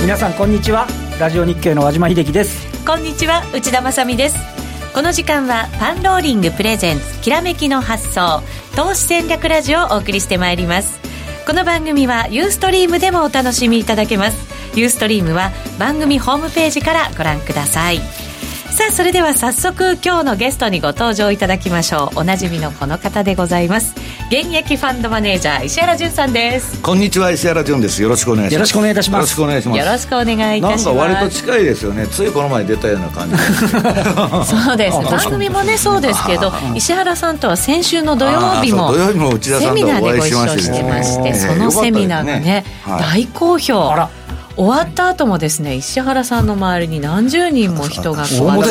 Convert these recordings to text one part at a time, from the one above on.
皆さんこんにちは。ラジオ日経の和島秀樹です。 こんにちは、内田まさみです。この時間はパンローリングプレゼンツきらめきの発想投資戦略ラジオをお送りしてまいります。この番組はユーストリームでもお楽しみいただけます。ユーストリームは番組ホームページからご覧ください。さあ、それでは早速今日のゲストにご登場いただきましょう。おなじみのこの方でございます。現役ファンドマネージャー石原潤さんです。 こんにちは、石原潤です。よろしくお願いします。 よろしくお願いいたします。 よろしくお願いします。 よろしくお願いいたします。 なんか割と近いですよね。ついこの前出たような感じそうです。番組もねそうですけど、石原さんとは先週の土曜日も内田さんとお会いしましてまして、そのセミナーがね、大好評。終わった後もですね、石原さんの周りに何十人も人が集まって、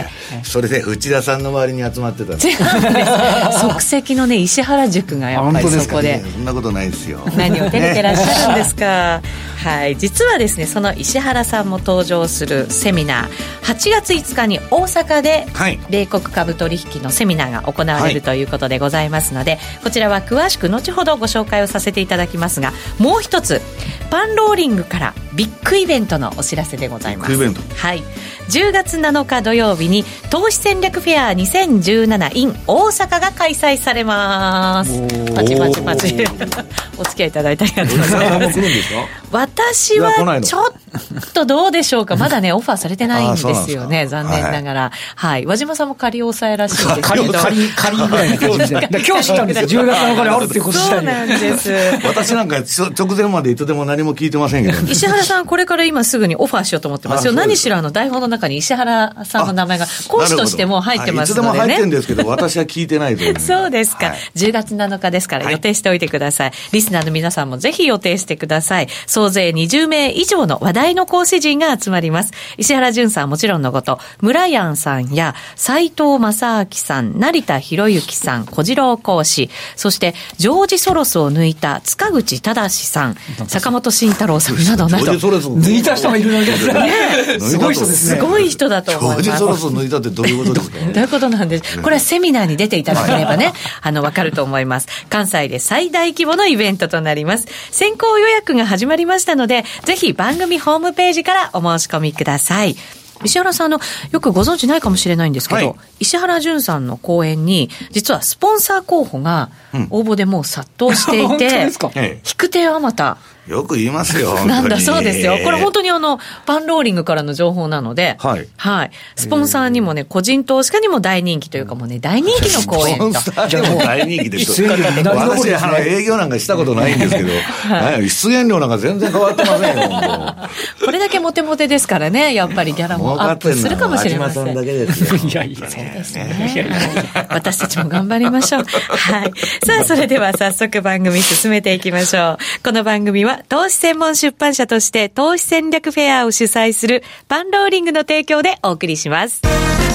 それで内田さんの周りに集まってたんです。 即席のね、石原塾がやっぱりそこで、 そんなことないですよ。 何を照れてらっしゃるんですか。はい、実はですね、その石原さんも登場するセミナー、8月5日に大阪で米国株取引のセミナーが行われるということでございますので、こちらは詳しく後ほどご紹介をさせていただきますが、もう一つパンローリングからビッグイベントのお知らせでございます。 ビッグイベント、 はい、10月7日土曜日に投資戦略フェア2017 in 大阪が開催されます。パチパチパチお付き合いいただいてありがとうございます。私はちょっとどうでしょうか。まだねオファーされてないんですよね。残念ながら、はい、和島さんも仮押さえらしいんですけど、 仮ぐらいな感じですね。今日知ったんですよ。10月7日にあるっていうこと自体。 そうなんです。 私なんか直前までいつでも何も聞いてませんけど、 石原さんこれから今すぐにオファーしようと思ってますよ。何しろ台本の中に石原さんの名前が講師としても入ってますのでね。 いつでも入ってるんですけど、私は聞いてないというそうですか、はい、10月7日ですから予定しておいてください、リスナーの皆さんもぜひ予定してください。総勢20名以上の話題の講師陣が集まります。石原潤さんはもちろんのこと、村山さんや斉藤正明さん、成田博之さん、小次郎講師、そしてジョージ・ソロスを抜いた塚口忠さん、坂本慎太郎さんなどなど、 抜いた人もいるわけですね。すごい人ですね。 すごい人だと思います。 ジョージ・ソロスを抜いたってどういうことですか。 どういうことなんです。これはセミナーに出ていただければね、わかると思います。関西で最大規模のイベントとなります。先行予約が始まりましたので、ぜひ番組ホームページからお申し込みください。石原さんよくご存知ないかもしれないんですけど、はい、石原潤さんの講演に実はスポンサー候補が応募でもう殺到していて、引く手あまたよく言いますよ。 なんだそうですよ。これ本当にパンローリングからの情報なので、はい。はい。スポンサーにもね、個人投資家にも大人気というかもうね、大人気の講演と。 スポンサーにも大人気ですよ。私、営業なんかしたことないんですけど、はい、出演料なんか全然変わってませんよ。 これだけモテモテですからね、やっぱりギャラもアップするかもしれません。 和島さんだけですよ。 いやいや、 そうですね。私たちも頑張りましょう。はい。さあ、それでは早速番組進めていきましょう。この番組は投資専門出版社として投資戦略フェアを主催するパンローリングの提供でお送りします。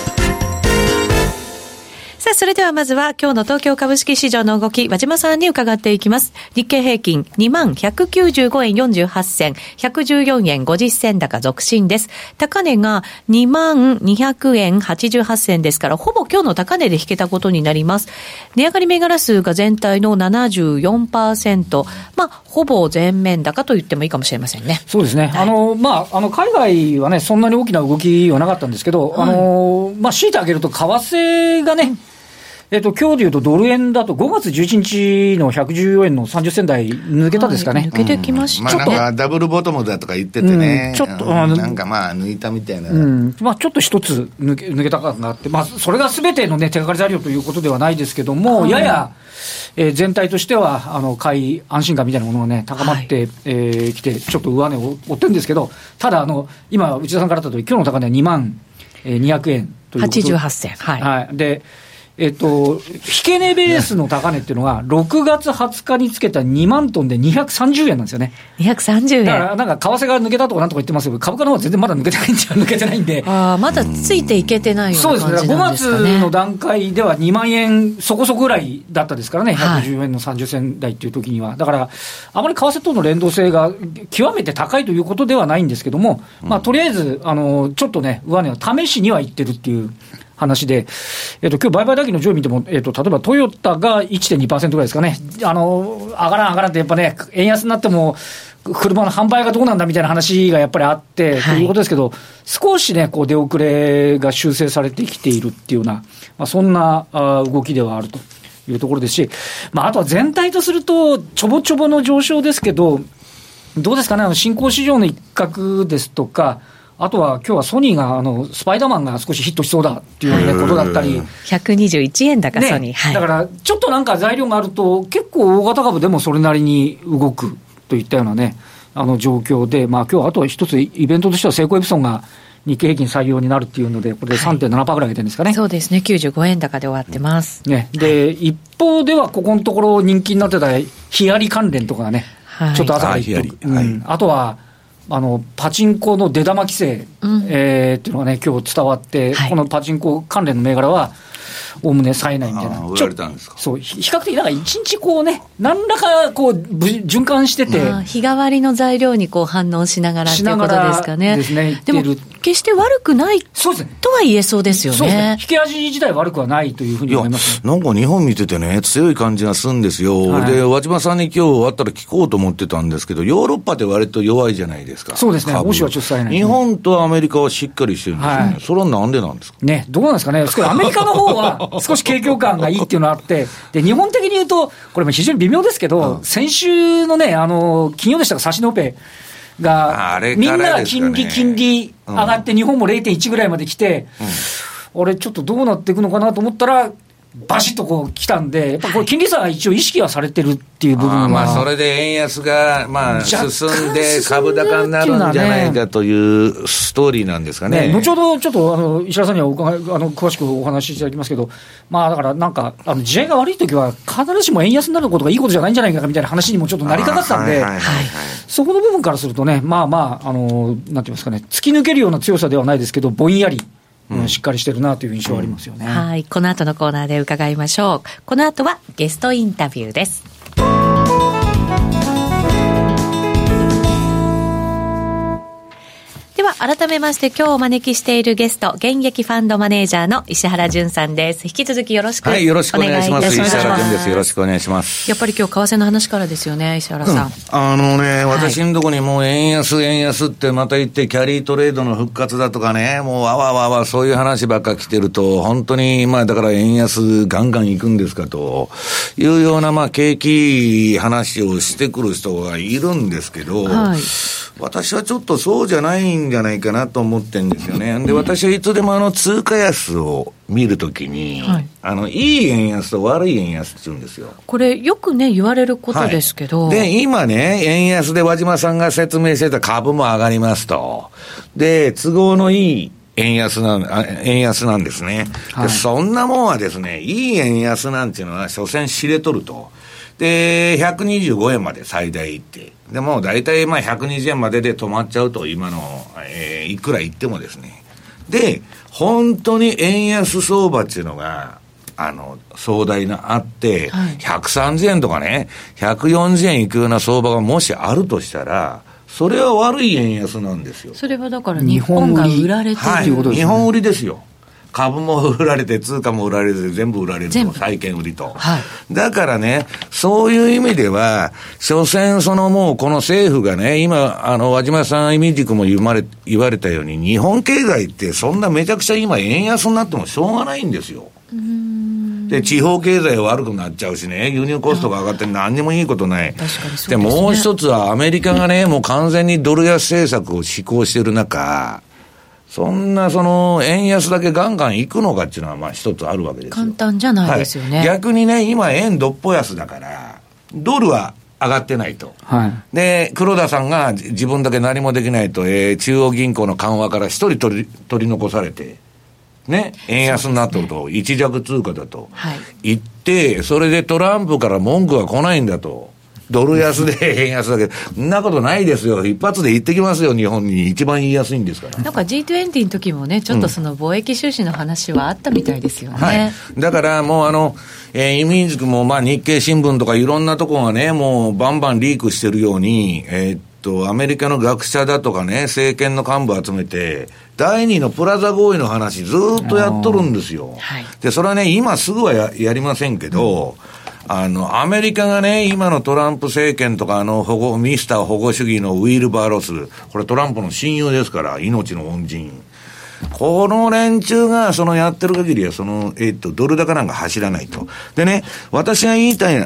さあ、それではまずは今日の東京株式市場の動き、和島さんに伺っていきます。日経平均 2195 円48銭、114円50銭高続伸です。高値が 2200 円88銭ですから、ほぼ今日の高値で引けたことになります。値上がり銘柄数が全体の 74%、ほぼ全面高と言ってもいいかもしれませんね。 そうですね。はい、海外はね、そんなに大きな動きはなかったんですけど、はい、強いてあげると為替がね、今日でいうとドル円だと5月11日の114円の30銭台抜けたですかね。 抜けてきました。 なんかダブルボトムだとか言っててね。ちょっと、なんか抜いたみたいな。 ちょっと一つ抜けた感があって、それが全てのね、手がかり材料ということではないですけども、やや、全体としては、買い安心感みたいなものがね、高まって、きて、ちょっと上値を追ってるんですけど、ただ、今、内田さんからあった通り、今日の高値は2200円ということで。 88銭。はい。 はい。で、引け値ベースの高値っていうのが、6月20日につけた2万トンで230円なんですよね。 230円。 だから、なんか、為替が抜けたとかなんとか言ってますけど、株価の方は全然まだ抜けてないんじゃ抜けてないんで。 まだついていけてないような感じなんですかね。 そうですね。5月の段階では2万円そこそこぐらいだったですからね。110円の30銭台っていう時には。だから、あまり為替との連動性が極めて高いということではないんですけども、とりあえず、ちょっとね、上値は試しにはいってるっていう話で、今日売買代金の上位見ても、例えばトヨタが 1.2% ぐらいですかね。上がらんってやっぱね、円安になっても、 車の販売がどうなんだみたいな話がやっぱりあって、ということですけど、少しね、こう出遅れが修正されてきているっていうような、そんな動きではあるというところですし、あとは全体とすると、ちょぼちょぼの上昇ですけど、どうですかね、新興市場の一角ですとか、あとは今日はソニーがスパイダーマンが少しヒットしそうだっていう、ね、ことだったり、 121円高、ソニー、はい、 だからちょっとなんか材料があると、結構大型株でもそれなりに動くといったようなね、状況で、今日あと一つイベントとしては、セイコーエプソンが日経平均採用になるっていうので、これで 3.7% ぐらい上げてるんですかね。 そうですね、95円高で終わってます、 ね、で、一方ではここのところ人気になってたヒアリ関連とかがね、ちょっと朝から言って、あとはパチンコの出玉規制、っていうのがね、今日伝わって、このパチンコ関連の銘柄はおおむね冴えないみたいな。 売られたんですか。 そう、比較的なんか一日こうね、何らかこう循環してて、 日替わりの材料にこう反応しながらっていうことですかね。でも決して悪くないとは言えそうですよね。そうですね。引き味自体悪くはないというふうに思います、 ね。なんか日本見ててね、強い感じがするんですよ。で、和島さんに今日終わったら聞こうと思ってたんですけど、ヨーロッパって割と弱いじゃないですか。 そうですね。欧州はちょっと冴えない、 日本とアメリカはしっかりしてるんですよね。それはなんでなんですかね。どうなんですかね。アメリカの方は少し景況感がいいっていうのがあって、で、日本的に言うと、これも非常に微妙ですけど、先週のね、金曜でしたか、差しのオペが、みんなが金利上がって、日本も 0.1 ぐらいまで来て、俺ちょっとどうなっていくのかなと思ったら、バシッとこう来たんで、やっぱこれ金利差が一応意識はされてるっていう部分は、 それで円安が進んで株高になるんじゃないかというストーリーなんですかね。 後ほどちょっと石原さんには詳しくお話しいただきますけど、だからなんか地合いが悪いときは必ずしも円安になることがいいことじゃないんじゃないかみたいな話にもちょっとなりかかったんで、そこの部分からするとね、なんて言いますかね、突き抜けるような強さではないですけど、ぼんやりしっかりしてるなという印象はありますよね。 はい。この後のコーナーで伺いましょう。この後はゲストインタビューです。では改めまして今日お招きしているゲスト、現役ファンドマネージャーの石原潤さんです。引き続きよろしくお願いいたします。 はい、よろしくお願いします。石原潤です。よろしくお願いします。 やっぱり今日為替の話からですよね、石原さん。 私のところにもう円安ってまた言って、キャリートレードの復活だとかね、もうあわそういう話ばっか来てると、本当にだから円安ガンガン行くんですかというような景気話をしてくる人がいるんですけど、私はちょっとそうじゃないんじゃないかなと思ってるんですよね。で、私はいつでも通貨安を見るときに、いい円安と悪い円安って言うんですよ。 これよくね言われることですけど、 で今ね、円安で和島さんが説明してた株も上がりますと、で都合のいい円安なんですね。でそんなもんはですね、いい円安なんていうのは所詮知れとると。で125円まで最大行って、でもう大体120円までで止まっちゃうと、今の、いくら言ってもですね。で本当に円安相場っていうのが壮大なあって、130円とかね140円いくような相場がもしあるとしたら、それは悪い円安なんですよ。 それはだから日本が売られてるということですね。 日本売りですよ。株も売られて、通貨も売られて、全部売られると、債券売りと。だからね、そういう意味では、所詮もうこの政府がね、今、和島さん、イミジクも言われたように、日本経済ってそんなめちゃくちゃ今円安になってもしょうがないんですよ。で、地方経済は悪くなっちゃうしね、輸入コストが上がって何にもいいことない。 確かにそうですね。 で、もう一つはアメリカがね、もう完全にドル安政策を施行している中、そんな円安だけガンガン行くのかっていうのは一つあるわけですよ。 簡単じゃないですよね。 逆にね、今円どっぽ安だからドルは上がってないと、で黒田さんが自分だけ何もできないと、中央銀行の緩和から一人取り残されてね、円安になっとると、一弱通貨だと言って、それでトランプから文句は来ないんだと。ドル安で円安だけど、そんなことないですよ。一発で行ってきますよ、日本に。一番言いやすいんですから。 なんか G20 の時もね、ちょっと貿易収支の話はあったみたいですよね。 だからもうイミーズクも日経新聞とかいろんなとこがね、もうバンバンリークしてるように、アメリカの学者だとかね、政権の幹部集めて、第二のプラザ合意の話ずっとやっとるんですよ。で、それはね、今すぐは やりませんけど、 アメリカがね、今のトランプ政権とかミスター保護主義のウィルバーロス、これトランプの親友ですから、命の恩人。この連中がやってる限りはドル高なんか走らないと。でね、私が言いたい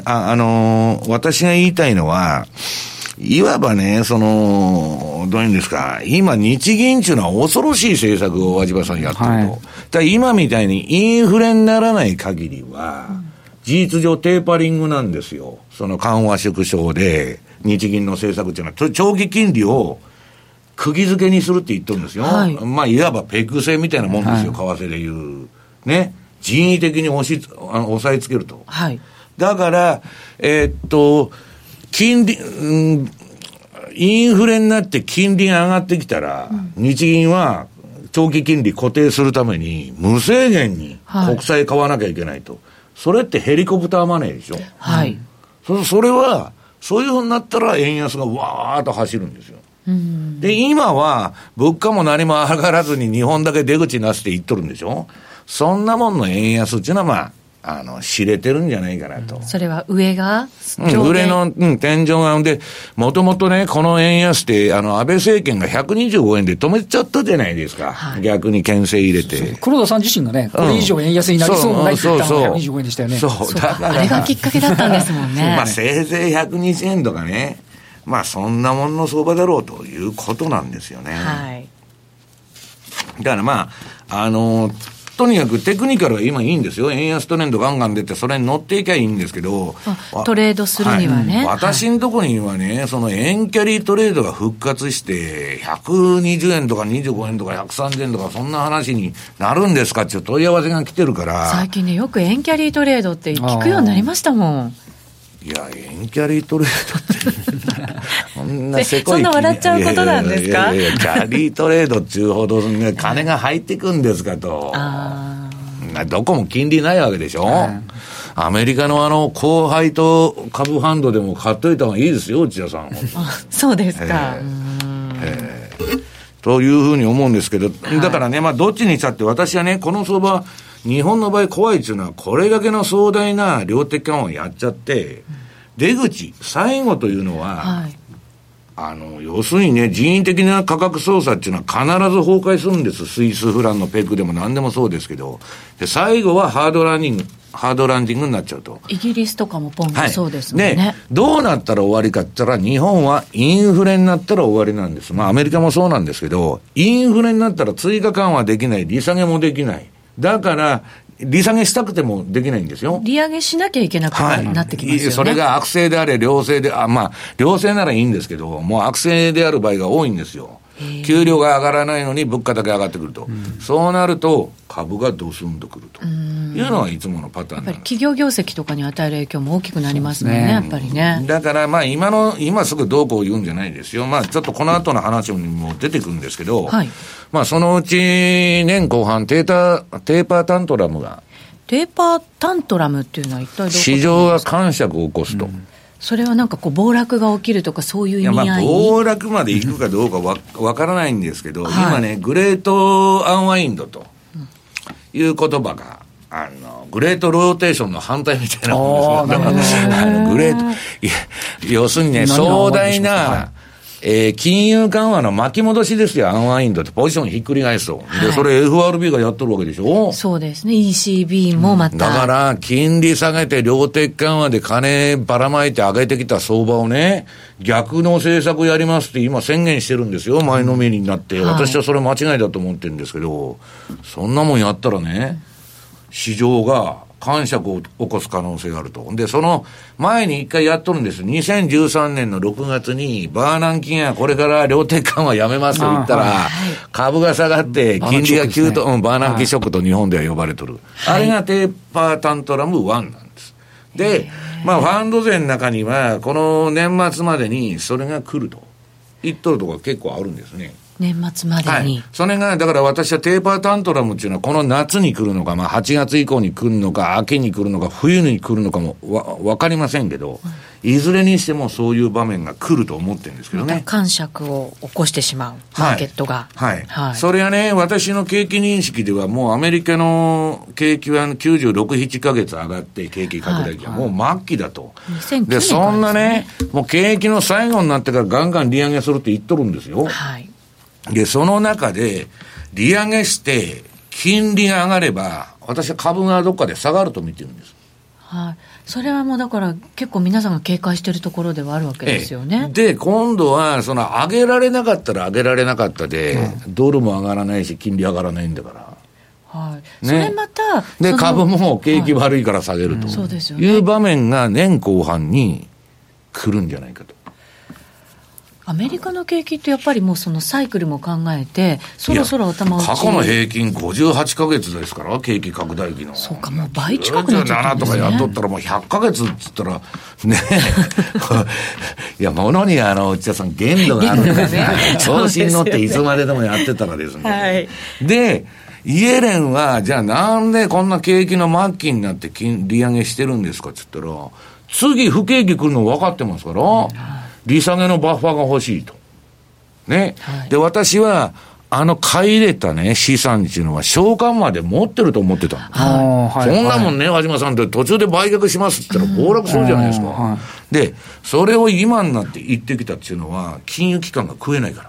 のは、いわばね、どういうんですか、今日銀っていうのは恐ろしい政策を和島さんやってると。はい、だから今みたいにインフレにならない限りは、事実上テーパリングなんですよ。緩和縮小で、日銀の政策っていうのは、長期金利を釘付けにするって言ってるんですよ。はい、まあ、いわばペグ制みたいなもんですよ、はい、為替で言う。ね。人為的に押さえつけると。はい。だから、金利、インフレになって金利が上がってきたら、日銀は長期金利固定するために無制限に国債買わなきゃいけないと。はい、それってヘリコプターマネーでしょ。はい。それは、そういうふうになったら円安がわーっと走るんですよ。で、今は物価も何も上がらずに日本だけ出口なしって言っとるんでしょ。そんなもんの円安っていうのはまあ、知れてるんじゃないかなと。 それは上が上の、天井が。で、もともとね、この円安って、安倍政権が125円で止めちゃったじゃないですか。はい、逆に牽制入れて。 黒田さん自身がね、これ以上円安になりそうもないって言ったのが125円でしたよね。 そう。だから。あれがきっかけだったんですもんね。 まあ、せいぜい120円とかね。まあ、そんなもんの相場だろうということなんですよね。はい。だからまあ、とにかくテクニカルは今いいんですよ。円安トレンドガンガン出て、それに乗っていきゃいいんですけど。 トレードするにはね。 はい、私のところにはね、円キャリートレードが復活して、120円とか25円とか130円とか、そんな話になるんですかっていう問い合わせが来てるから。 最近ね、よく円キャリートレードって聞くようになりましたもん。 いや、円キャリートレードって、そんなせこい。 そんな笑っちゃうことなんですか？ いやキャリートレードっていうほど、ね、金が入ってくんですかと。どこも金利ないわけでしょ。アメリカの高配当株ファンドでも買っといた方がいいですよ、内田さん。 そうですか。 というふうに思うんですけど、だからね、まあ、どっちにしたって私はね、この相場、日本の場合怖いっていうのは、これだけの壮大な量的緩和をやっちゃって、出口、最後というのは、はい、要するにね、人為的な価格操作っていうのは必ず崩壊するんです。スイスフランのペグでも何でもそうですけど。で、最後はハードランディングになっちゃうと。 イギリスとかもポンとそうですもんね。 で、どうなったら終わりかって言ったら、日本はインフレになったら終わりなんです。まあアメリカもそうなんですけど、インフレになったら追加緩和できない、利下げもできない。だから、利下げしたくてもできないんですよ。 利上げしなきゃいけなくなってきますよね。 それが悪性であれ、良性で、まあ、良性ならいいんですけど、もう悪性である場合が多いんですよ。給料が上がらないのに物価だけ上がってくると。そうなると、株がドスンとくるというのはいつものパターンなんです。やっぱり企業業績とかに与える影響も大きくなりますもんね、やっぱりね。 だからまあ今すぐどうこう言うんじゃないですよ。まあちょっとこの後の話にも出てくるんですけど、はい、まあそのうち年後半テーパータントラムが。 テーパータントラムっていうのは一体どういうことですか？ 市場が癇癪を起こすと。 それはなんか暴落が起きるとかそういう意味合い？ まあ暴落までいくかどうかわからないんですけど、今ね、グレートアンワインドという言葉が、グレートローテーションの反対みたいなものですね。グレート、要するにね、壮大な、金融緩和の巻き戻しですよ、アンワインドってポジションひっくり返すと。で、それ FRB がやっとるわけでしょ。 そうですね。ECB もまた。 だから、金利下げて量的緩和で金ばらまいて上げてきた相場をね、逆の政策やりますって今宣言してるんですよ、前のめりになって。私はそれ間違いだと思ってるんですけど、そんなもんやったらね、市場が癇癪を起こす可能性があると。で、その前に一回やっとるんです。2013年の6月にバーナンキがこれから量的緩和やめますと言ったら、株が下がって金利が急と、バーナンキショックと日本では呼ばれとる。あれがテーパータントラム1なんです。で、まあファンド税の中にはこの年末までにそれが来ると言っとるところが結構あるんですね。 年末までに、はい、 それがだから私はテーパータントラムっていうのはこの夏に来るのか、まあ、8月以降に来るのか秋に来るのか冬に来るのかも分かりませんけど、いずれにしてもそういう場面が来ると思ってるんですけどね。 また感触を起こしてしまうマーケットが、 はいはいはい、それはね、私の景気認識ではもうアメリカの景気は96、7ヶ月上がって景気拡大期はもう末期だと、でそんなね、もう景気の最後になってからガンガン利上げするって言っとるんですよ、はい、でその中で利上げして金利が上がれば私は株がどっかで下がると見てるんです。 はい、それはもうだから結構皆さんが警戒しているところではあるわけですよね。 で今度はその上げられなかったら上げられなかったで、ドルも上がらないし金利上がらないんだから、はい、 ね、それまたで株も景気悪いから下げると、 そうですよね、 いう場面が年後半に来るんじゃないかと。 アメリカの景気ってやっぱりもうそのサイクルも考えてそろそろ頭打ち、 過去の平均58ヶ月ですから景気拡大期の。 そうか、もう倍近くなっちゃったんですね。 7とかやっとったらもう100ヶ月っつったらねいや物に内田さん限度があるんですね調子に乗っていつまででもやってたらですね、はい、でイエレンはじゃあなんでこんな景気の末期になって利上げしてるんですかって言ったら、次不景気来るの分かってますから、利下げのバッファーが欲しいと。ね。はい、で、私は、買い入れたね、資産っていうのは、償還まで持ってると思ってた。そんなもんね、和島さんって途中で売却しますって言ったら暴落するじゃないですか。はい、で、それを今になって言ってきたっていうのは、金融機関が食えないから。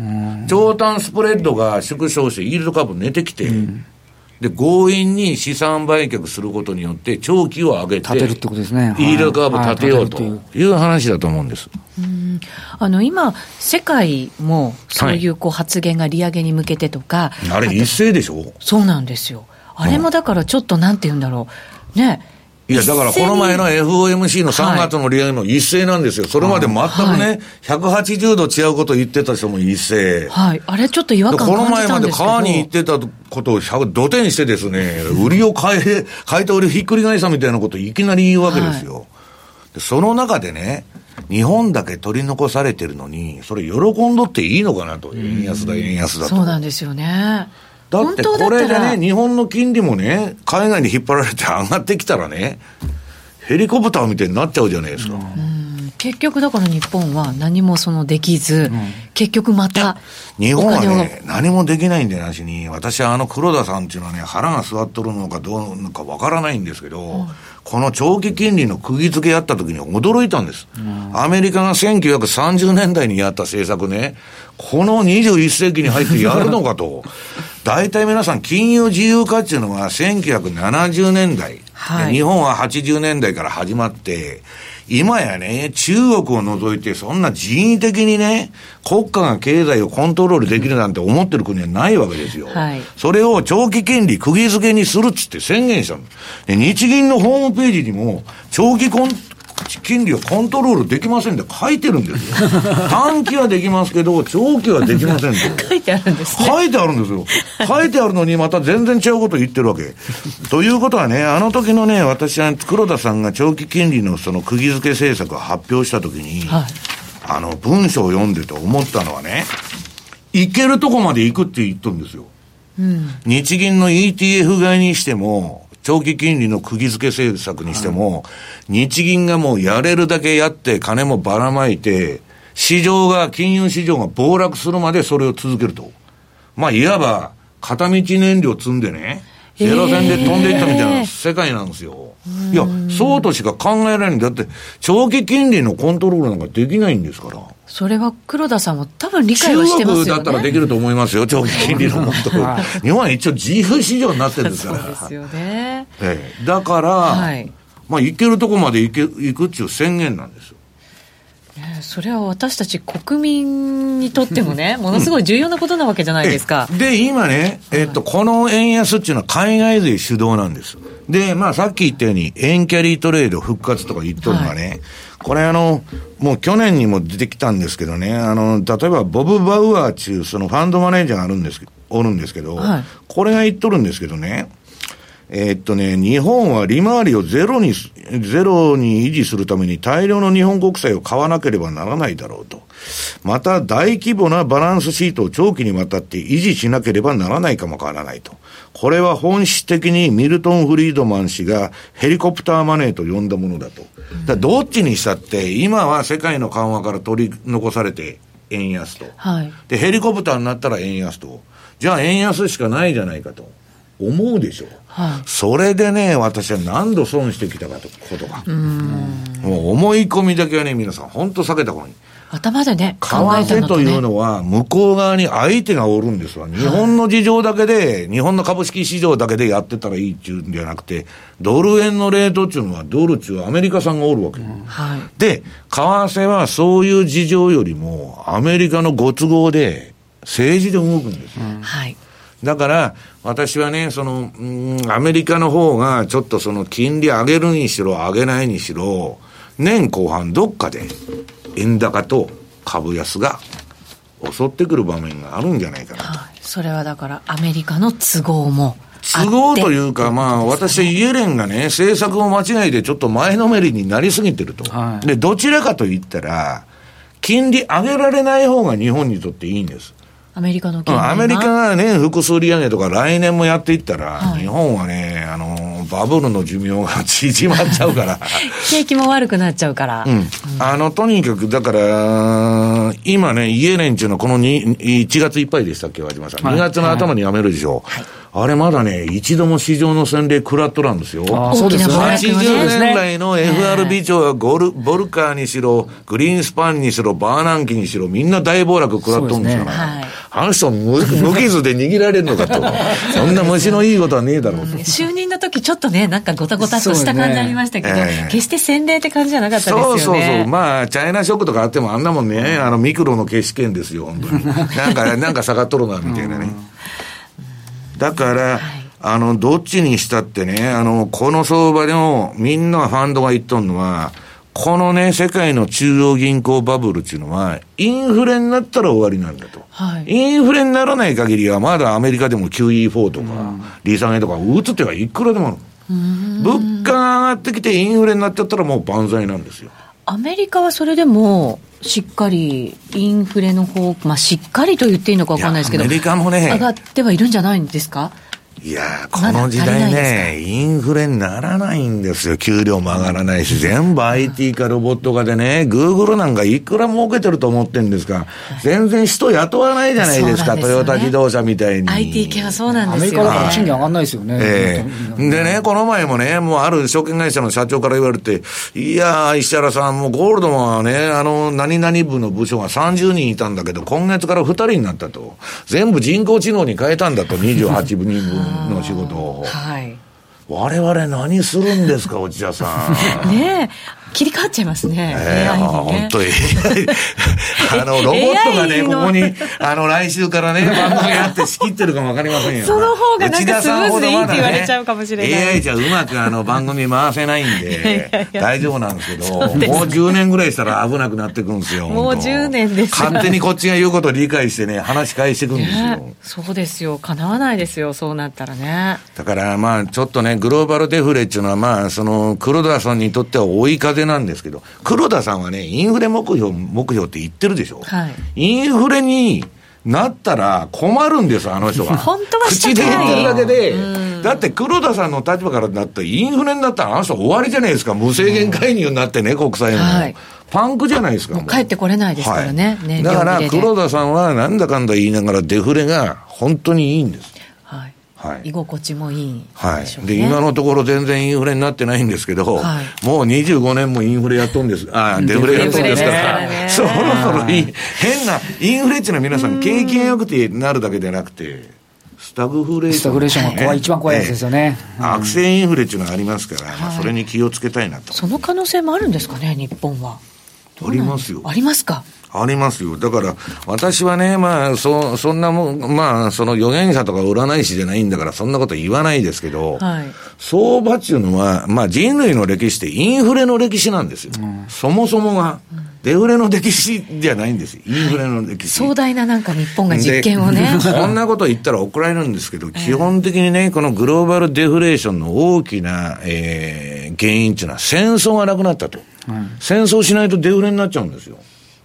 長短スプレッドが縮小して、イールドカーブ寝てきて、で強引に資産売却することによって長期を上げて立てるってことですね、 イールドカーブ立てようという話だと思うんです。 今世界もそういう発言が利上げに向けてとか、 あれ一斉でしょ。 そうなんですよ。あれもだからちょっとなんて言うんだろうね。 いやだからこの前の FOMC の3月の利上げの一斉なんですよ。それまで全くね、はい、180度違うことを言ってた人も一斉。 はい。あれちょっと違和感感じたんですけど。この前まで川に言ってたことを土手にしてですね、売りを買い手売りひっくり返したみたいなことをいきなり言うわけですよ。はい、でその中でね、日本だけ取り残されてるのに、それ喜んどっていいのかなと。円安だ円安だと。 そうなんですよね。 だってこれでね、日本の金利もね、海外に引っ張られて上がってきたらね、ヘリコプターみたいになっちゃうじゃないですか。 結局だから日本は何もできず、結局また日本はね、何もできないんでなしに、私は黒田さんっていうのはね、腹が据わっとるのかどうかわからないんですけど、この長期金利の釘付けやった時に驚いたんです。アメリカが1930年代にやった政策ね、この21世紀に入ってやるのかと。大体皆さん金融自由化っていうのは1970年代、はい、日本は80年代から始まって、今やね、中国を除いてそんな人為的にね、国家が経済をコントロールできるなんて思ってる国はないわけですよ。はい、それを長期金利釘付けにするっつって宣言したの。で、日銀のホームページにも、長期金利をコントロールできませんって書いてるんですよ。短期はできますけど、長期はできませんと。 書いてあるんですね。 書いてあるんですよ。書いてあるのにまた全然違うこと言ってるわけ。ということはね、あの時のね、私は黒田さんが長期金利のその釘付け政策を発表した時に、はい、文章を読んでて思ったのはね、行けるとこまで行くって言ってるんですよ。日銀の ETF 買いにしても、長期金利の釘付け政策にしても、日銀がもうやれるだけやって金もばらまいて、金融市場が暴落するまでそれを続けると。まあいわば片道燃料積んでね、ゼロ戦で飛んでいったみたいな世界なんですよ。いや、そうとしか考えられないんだって、長期金利のコントロールなんかできないんですから。 それは黒田さんも多分理解はしてますよね。 中国だったらできると思いますよ、長期金利のコントロール。日本は一応自由市場になってるんですから。 そうですよね。 だから、はい、まあ行けるとこまで行くっていう宣言なんですよ。 それは私たち国民にとってもね、ものすごい重要なことなわけじゃないですか。 で、今ね、この円安っていうのは海外勢主導なんです。で、まあさっき言ったように、円キャリートレード復活とか言っとるのがね、はい、これもう去年にも出てきたんですけどね、例えばボブ・バウアーっていうそのファンドマネージャーがおるんですけど、はい、これが言っとるんですけどね、日本は利回りをゼロに維持するために大量の日本国債を買わなければならないだろうと。 また大規模なバランスシートを長期にわたって維持しなければならないかもわからないと。これは本質的にミルトン・フリードマン氏がヘリコプターマネーと呼んだものだと。だどっちにしたって今は世界の緩和から取り残されて円安と、はい、でヘリコプターになったら円安と、じゃあ円安しかないじゃないかと思うでしょう、はい、それでね私は何度損してきたかとことがもう思い込みだけはね皆さん本当避けた方がいい。 頭でね為替というのは向こう側に相手がおるんですわ。日本の事情だけで、日本の株式市場だけでやってたらいいっていうんじゃなくて、ドル円のレートっていうのはドルっていうアメリカさんがおるわけ、はい、で為替はそういう事情よりもアメリカのご都合で政治で動くんですよ、はい、だから私はねアメリカの方がちょっとその金利上げるにしろ上げないにしろ年後半どっかで円高と株安が襲ってくる場面があるんじゃないかなと、はい、 それはだからアメリカの都合も都合というか、まあ私はイエレンがね政策を間違えてちょっと前のめりになりすぎてると、はい、でどちらかと言ったら金利上げられない方が日本にとっていいんです。 アメリカの金利アメリカがね複数利上げとか来年もやっていったら、はい、日本はねバブルの寿命が縮まっちゃうから景気も悪くなっちゃうから、 とにかくだから今ねイエレンっていうのはこの1月いっぱいでしたっけ和島さん、はい、2月の頭に辞めるでしょう、はい、あれまだね一度も市場の洗礼食らっとらんですよ。 そうですね。 80年代の FRB 長はボルカーにしろグリーンスパンにしろバーナンキにしろみんな大暴落食らっとるんですから、はい、あの人無傷で握られるのかとそんな虫のいいことはねえだろうと、 就任の時ちょっとねなんかゴタゴタっとした感じありましたけど、決して洗礼って感じじゃなかったですよね。 そうまあチャイナショックとかあってもあんなもんねミクロの決死権ですよ本当になんか下がっとるなみたいなねだから、はい、どっちにしたってねこの相場でもみんなファンドが言っとんのはこのね世界の中央銀行バブルっていうのはインフレになったら終わりなんだと、はい、インフレにならない限りはまだアメリカでも QE4 とか利下げとか打つ手はいくらでもある。物価が上がってきてインフレになっちゃったらもう万歳なんですよ。 アメリカはそれでもしっかりインフレの方、しっかりと言っていいのか分かんないですけど、 アメリカもね上がってはいるんじゃないんですか。 いやこの時代ねインフレにならないんですよ。給料も上がらないし全部 IT かロボット化でね、グーグルなんかいくら儲けてると思ってんですか。全然人雇わないじゃないですか、トヨタ自動車みたいに。 IT 系はそうなんですよ。 アメリカだから賃金上がんないですよね、 でねこの前もねもうある証券会社の社長から言われて、いや石原さんもうゴールドマンはね何々部の部署が30人いたんだけど今月から2人になったと、全部人工知能に変えたんだと28人分の仕事を、はい、我々何するんですか内田さんねえ切り替わっちゃいますね、AI にね。 本当にロボットがねここに来週からね番組やって仕切ってるかもわかりませんよ。 その方がなんかスムーズでいいって言われちゃうかもしれない、 AI じゃうまく番組回せないんで大丈夫なんですけど、もう10年ぐらいしたら危なくなってくるんですよ。 もう10年です。 勝手にこっちが言うことを理解してね話返してくるんですよ、 そうですよ、叶わないですよそうなったらね。 だからちょっとねグローバルデフレっていうのはその黒田さんにとっては追い風なんですけど、黒田さんはねインフレ目標って言ってるでしょ、はい、インフレになったら困るんですあの人は本当は口で言ってるだけで、だって黒田さんの立場からだってインフレになったらあの人終わりじゃないですか。無制限介入になってね国債も、はい、パンクじゃないですか。 もう帰ってこれないですからね、 はい、だから黒田さんはなんだかんだ言いながらデフレが本当にいいんです。 はい、居心地もいいでしょうね。 で今のところ全然インフレになってないんですけど、はい、もう25年もインフレやっとんです。デフレやっとんですから、そろそろ変なインフレっていうのは皆さん景気が良くてなるだけでなくてスタグフレーションが一番怖いやつですよね、 悪性インフレっていうのがありますから、それに気をつけたいなと。 その可能性もあるんですかね日本は。 ありますよ。 ありますか。 ありますよ。だから私はねそんなもんその預言者とか占い師じゃないんだからそんなこと言わないですけど、はい、相場っていうのは人類の歴史ってインフレの歴史なんですよ、そもそもが、デフレの歴史じゃないんですよ。インフレの歴史、 壮大ななんか日本が実験をねこんなこと言ったら怒られるんですけど、基本的にねこのグローバルデフレーションの大きな、原因っていうのは戦争がなくなったと、戦争しないとデフレになっちゃうんですよ。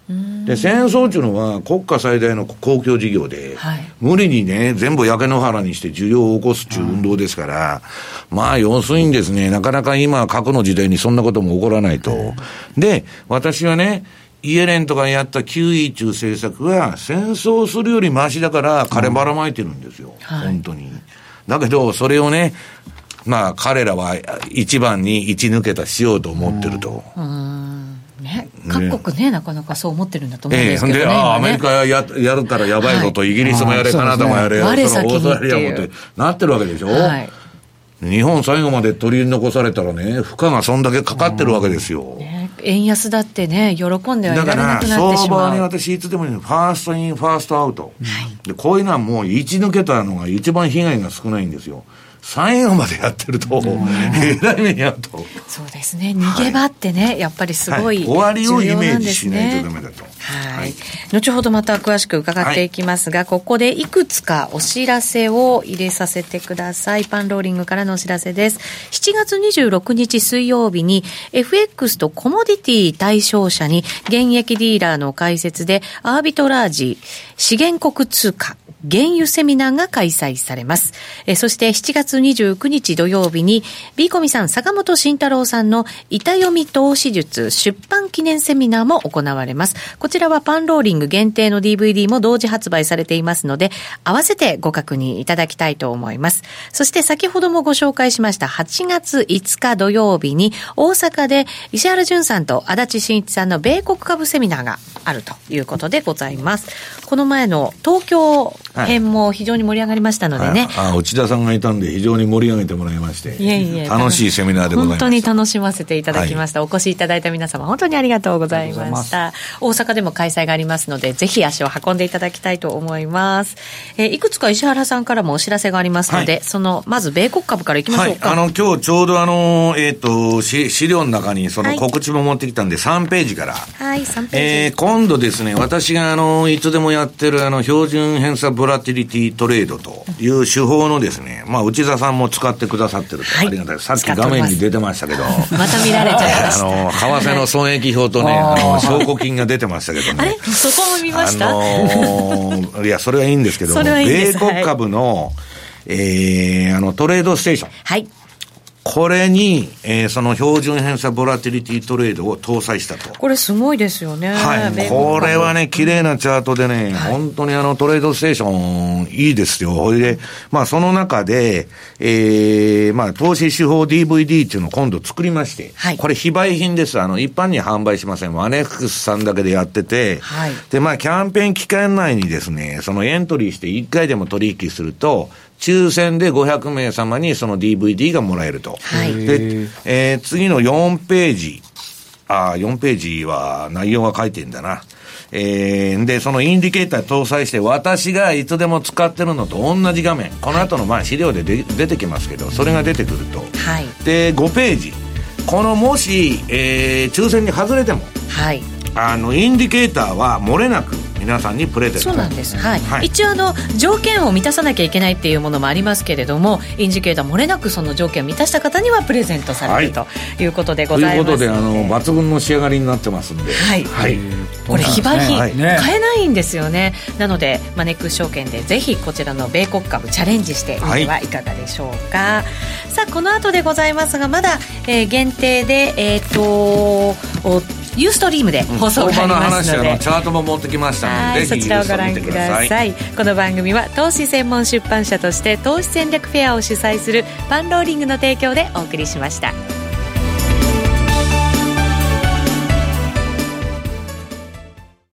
で戦争っていうのは国家最大の公共事業で、無理にね全部焼け野原にして需要を起こすっていう運動ですから、まあ要するにですね、なかなか今核の時代にそんなことも起こらないと。で私はね、イエレンとかやった QE 中政策は戦争するよりマシだから金ばらまいてるんですよ、本当に。だけどそれをね、まあ彼らは一番に一抜けたしようと思ってると。 ね、各国ね、なかなかそう思ってるんだと思うんですけどね。 で、アメリカやるからやばいぞと、イギリスもやれ、カナダもやれ、 我先にオーストラリアもってなってるわけでしょ。日本最後まで取り残されたらね、負荷がそんだけかかってるわけですよ。 円安だってね、喜んではいられなくなってしまう。 だから相場に私いつでもファーストインファーストアウト、でこういうのはもう一抜けたのが一番被害が少ないんですよ。最後までやってるとえらい目に遭うと。 そうですね、逃げ場ってね、やっぱりすごい終わりをイメージし重要なんですね。 ないとダメだと。 後ほどまた詳しく伺っていきますが、ここでいくつかお知らせを入れさせてください。パンローリングからのお知らせです。7月26日水曜日に FX とコモディティ対象者に現役ディーラーの解説でアービトラージ資源国通貨原油セミナーが開催されます。そして7月29日土曜日に B コミさん坂本慎太郎さんの板読み投資術出版記念セミナーも行われます。こちらはパンローリング限定の DVD も同時発売されていますので、合わせてご確認いただきたいと思います。そして先ほどもご紹介しました8月5日土曜日に大阪で石原淳さんと足立真一さんの米国株セミナーがあるということでございます。この前の東京編も非常に盛り上がりましたのでね、 内田さんがいたんで非常に盛り上げてもらいまして、楽しいセミナーでございました。 本当に楽しませていただきました、お越しいただいた皆様本当にありがとうございました。大阪でも開催がありますので、ぜひ足を運んでいただきたいと思います。いくつか石原さんからもお知らせがありますので、そのまず米国株からいきましょうか。 今日ちょうど資料の中にその告知も持ってきたんで、3ページから、 3ページ、 今度ですね、私がいつでもやってる標準偏差ボラティリティトレードという手法のですね、内田さんも使ってくださってると、ありがたい。さっき画面に出てましたけどまた見られちゃいました為替の損益表とね、証拠金が出てましたけどね。 あれそこも見ました？ いやそれはいいんですけども、米国株の、トレードステーション、これに、その標準偏差ボラティリティトレードを搭載したと。 これすごいですよね。 これはね、綺麗なチャートでね、本当にトレードステーションいいですよ。ほいで、その中で、投資手法 DVD っていうのを今度作りまして、これ非売品です。一般に販売しません。アネックスさんだけでやってて、で、キャンペーン期間内にですね、そのエントリーして1回でも取引すると、抽選で500名様にその DVD がもらえると。で、次の4ページ。4ページは内容が書いてんだな。で、そのインディケーター搭載して、私がいつでも使ってるのと同じ画面。この後の資料で出てきますけど、それが出てくると。で、5ページ。このもし、抽選に外れても、インディケーターは漏れなく皆さんにプレゼント。 そうなんです、一応条件を満たさなきゃいけないっていうものもありますけれども、インディケーター漏れなくその条件を満たした方にはプレゼントされる、ということでございます。 ということで抜群の仕上がりになってますんで、 これ非売品、買えないんですよね。なのでマネックス証券でぜひこちらの米国株チャレンジしてみてはいかがでしょうか。さあこの後でございますが、まだ、限定でユーストリームで放送がありますので、 チャートも持ってきましたので、ぜひそちらをご覧ください。この番組は投資専門出版社として投資戦略フェアを主催するパンローリングの提供でお送りしました。